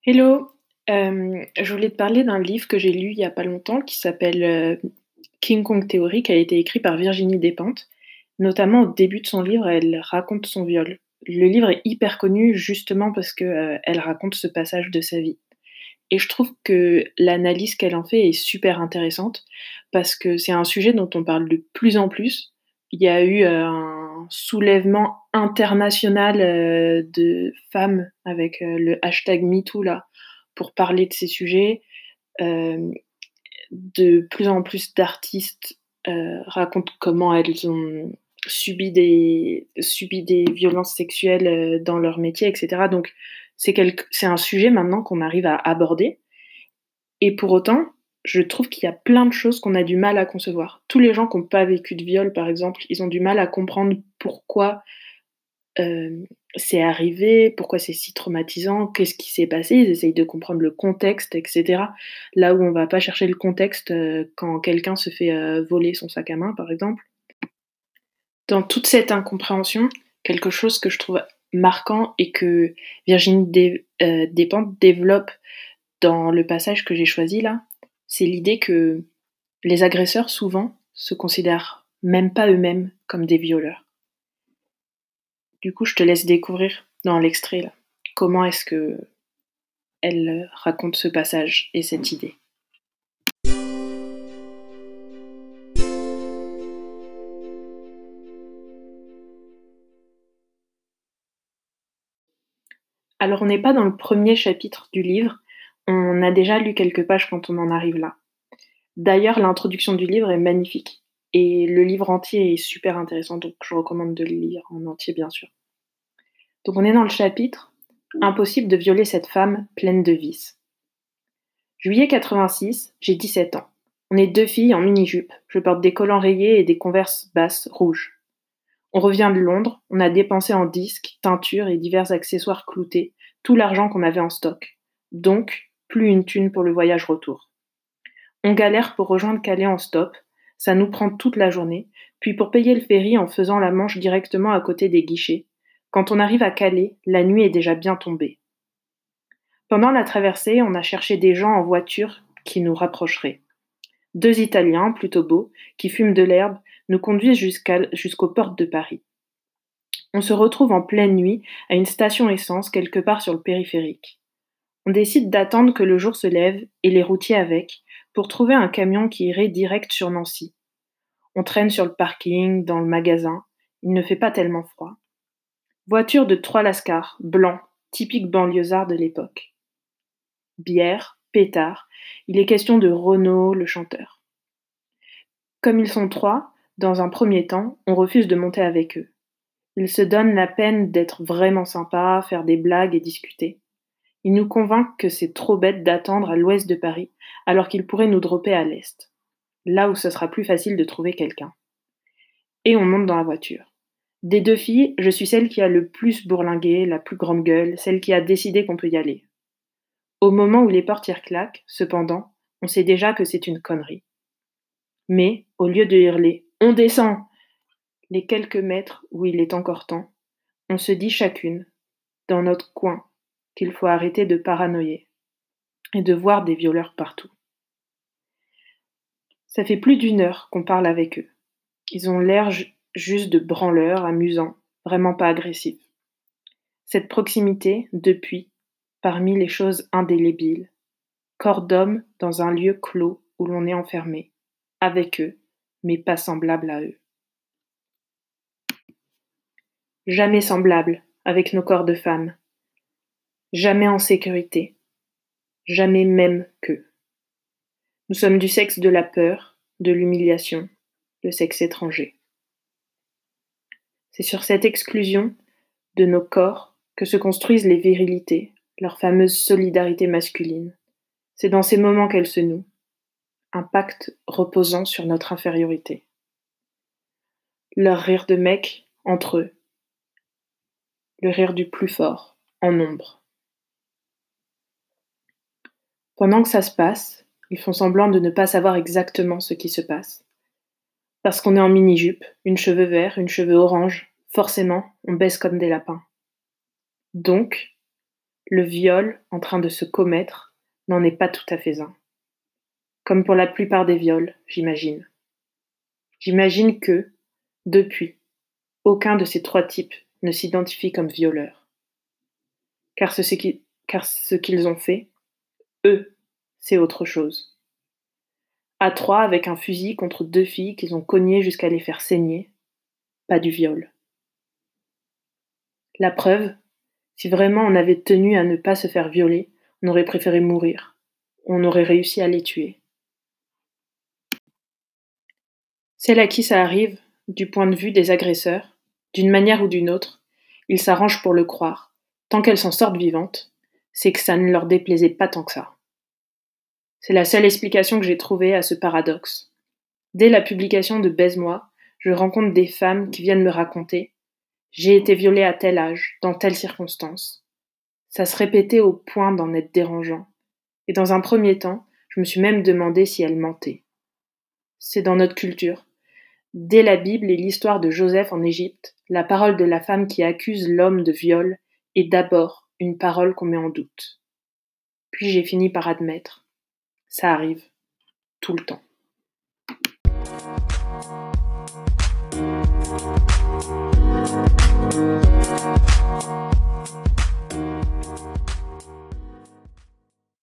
Hello, je voulais te parler d'un livre que j'ai lu il y a pas longtemps qui s'appelle King Kong Theory, qui a été écrit par Virginie Despentes. Notamment au début de son livre, elle raconte son viol. Le livre est hyper connu justement parce que elle raconte ce passage de sa vie. Et je trouve que l'analyse qu'elle en fait est super intéressante parce que c'est un sujet dont on parle de plus en plus. Il y a eu un soulèvement international de femmes avec le hashtag MeToo là pour parler de ces sujets. Euh, de plus en plus d'artistes racontent comment elles ont subi des violences sexuelles dans leur métier, etc. Donc c'est un sujet maintenant qu'on arrive à aborder. Et pour autant, je trouve qu'il y a plein de choses qu'on a du mal à concevoir. Tous les gens qui n'ont pas vécu de viol, par exemple, ils ont du mal à comprendre pourquoi euh, c'est arrivé, pourquoi c'est si traumatisant, qu'est-ce qui s'est passé, ils essayent de comprendre le contexte, etc. Là où on va pas chercher le contexte quand quelqu'un se fait voler son sac à main, par exemple. Dans toute cette incompréhension, quelque chose que je trouve marquant et que Despentes développe dans le passage que j'ai choisi là, c'est l'idée que les agresseurs souvent se considèrent même pas eux-mêmes comme des violeurs. Du coup, je te laisse découvrir dans l'extrait là comment est-ce que elle raconte ce passage et cette idée. Alors, on n'est pas dans le premier chapitre du livre, on a déjà lu quelques pages quand on en arrive là. D'ailleurs, l'introduction du livre est magnifique et le livre entier est super intéressant, donc je recommande de le lire en entier, bien sûr. Donc, on est dans le chapitre Impossible de violer cette femme pleine de vices. Juillet 86, j'ai 17 ans. On est deux filles en mini-jupe, je porte des collants rayés et des converses basses rouges. On revient de Londres, on a dépensé en disques, teintures et divers accessoires cloutés tout l'argent qu'on avait en stock. Donc, plus une thune pour le voyage retour. On galère pour rejoindre Calais en stop, ça nous prend toute la journée, puis pour payer le ferry en faisant la Manche directement à côté des guichets. Quand on arrive à Calais, la nuit est déjà bien tombée. Pendant la traversée, on a cherché des gens en voiture qui nous rapprocheraient. Deux Italiens, plutôt beaux, qui fument de l'herbe, nous conduisent jusqu'aux portes de Paris. On se retrouve en pleine nuit à une station essence quelque part sur le périphérique. On décide d'attendre que le jour se lève, et les routiers avec, pour trouver un camion qui irait direct sur Nancy. On traîne sur le parking, dans le magasin. Il ne fait pas tellement froid. Voiture de trois lascars, blancs, typique banlieusard de l'époque. Bière, pétard. Il est question de Renaud, le chanteur. Comme ils sont trois, dans un premier temps, on refuse de monter avec eux. Ils se donnent la peine d'être vraiment sympas, faire des blagues et discuter. Ils nous convainquent que c'est trop bête d'attendre à l'ouest de Paris, alors qu'ils pourraient nous dropper à l'est, là où ce sera plus facile de trouver quelqu'un. Et on monte dans la voiture. Des deux filles, je suis celle qui a le plus bourlingué, la plus grande gueule, celle qui a décidé qu'on peut y aller. Au moment où les portières claquent, cependant, on sait déjà que c'est une connerie. Mais, au lieu de hurler On descend les quelques mètres où il est encore temps, on se dit chacune, dans notre coin, qu'il faut arrêter de paranoïer et de voir des violeurs partout. Ça fait plus d'une heure qu'on parle avec eux. Ils ont l'air juste de branleurs, amusants, vraiment pas agressifs. Cette proximité, depuis, parmi les choses indélébiles, corps d'homme dans un lieu clos où l'on est enfermé, avec eux, mais pas semblable à eux. Jamais semblable avec nos corps de femmes, jamais en sécurité, jamais même qu'eux. Nous sommes du sexe de la peur, de l'humiliation, le sexe étranger. C'est sur cette exclusion de nos corps que se construisent les virilités, leur fameuse solidarité masculine. C'est dans ces moments qu'elles se nouent, un pacte reposant sur notre infériorité. Leur rire de mec entre eux, le rire du plus fort, en nombre. Pendant que ça se passe, ils font semblant de ne pas savoir exactement ce qui se passe. Parce qu'on est en mini-jupe, une cheveux vert, une cheveux orange, forcément, on baisse comme des lapins. Donc, le viol en train de se commettre n'en est pas tout à fait un. Comme pour la plupart des viols, j'imagine. J'imagine que, depuis, aucun de ces trois types ne s'identifie comme violeur. Car ce qu'ils ont fait, eux, c'est autre chose. À trois, avec un fusil contre deux filles qu'ils ont cognées jusqu'à les faire saigner, pas du viol. La preuve, si vraiment on avait tenu à ne pas se faire violer, on aurait préféré mourir. On aurait réussi à les tuer. Celle à qui ça arrive, du point de vue des agresseurs, d'une manière ou d'une autre, ils s'arrangent pour le croire. Tant qu'elles s'en sortent vivantes, c'est que ça ne leur déplaisait pas tant que ça. C'est la seule explication que j'ai trouvée à ce paradoxe. Dès la publication de Baise-moi, je rencontre des femmes qui viennent me raconter « J'ai été violée à tel âge, dans telle circonstance ». Ça se répétait au point d'en être dérangeant. Et dans un premier temps, je me suis même demandé si elles mentaient. C'est dans notre culture. Dès la Bible et l'histoire de Joseph en Égypte, la parole de la femme qui accuse l'homme de viol est d'abord une parole qu'on met en doute. Puis j'ai fini par admettre. Ça arrive. Tout le temps.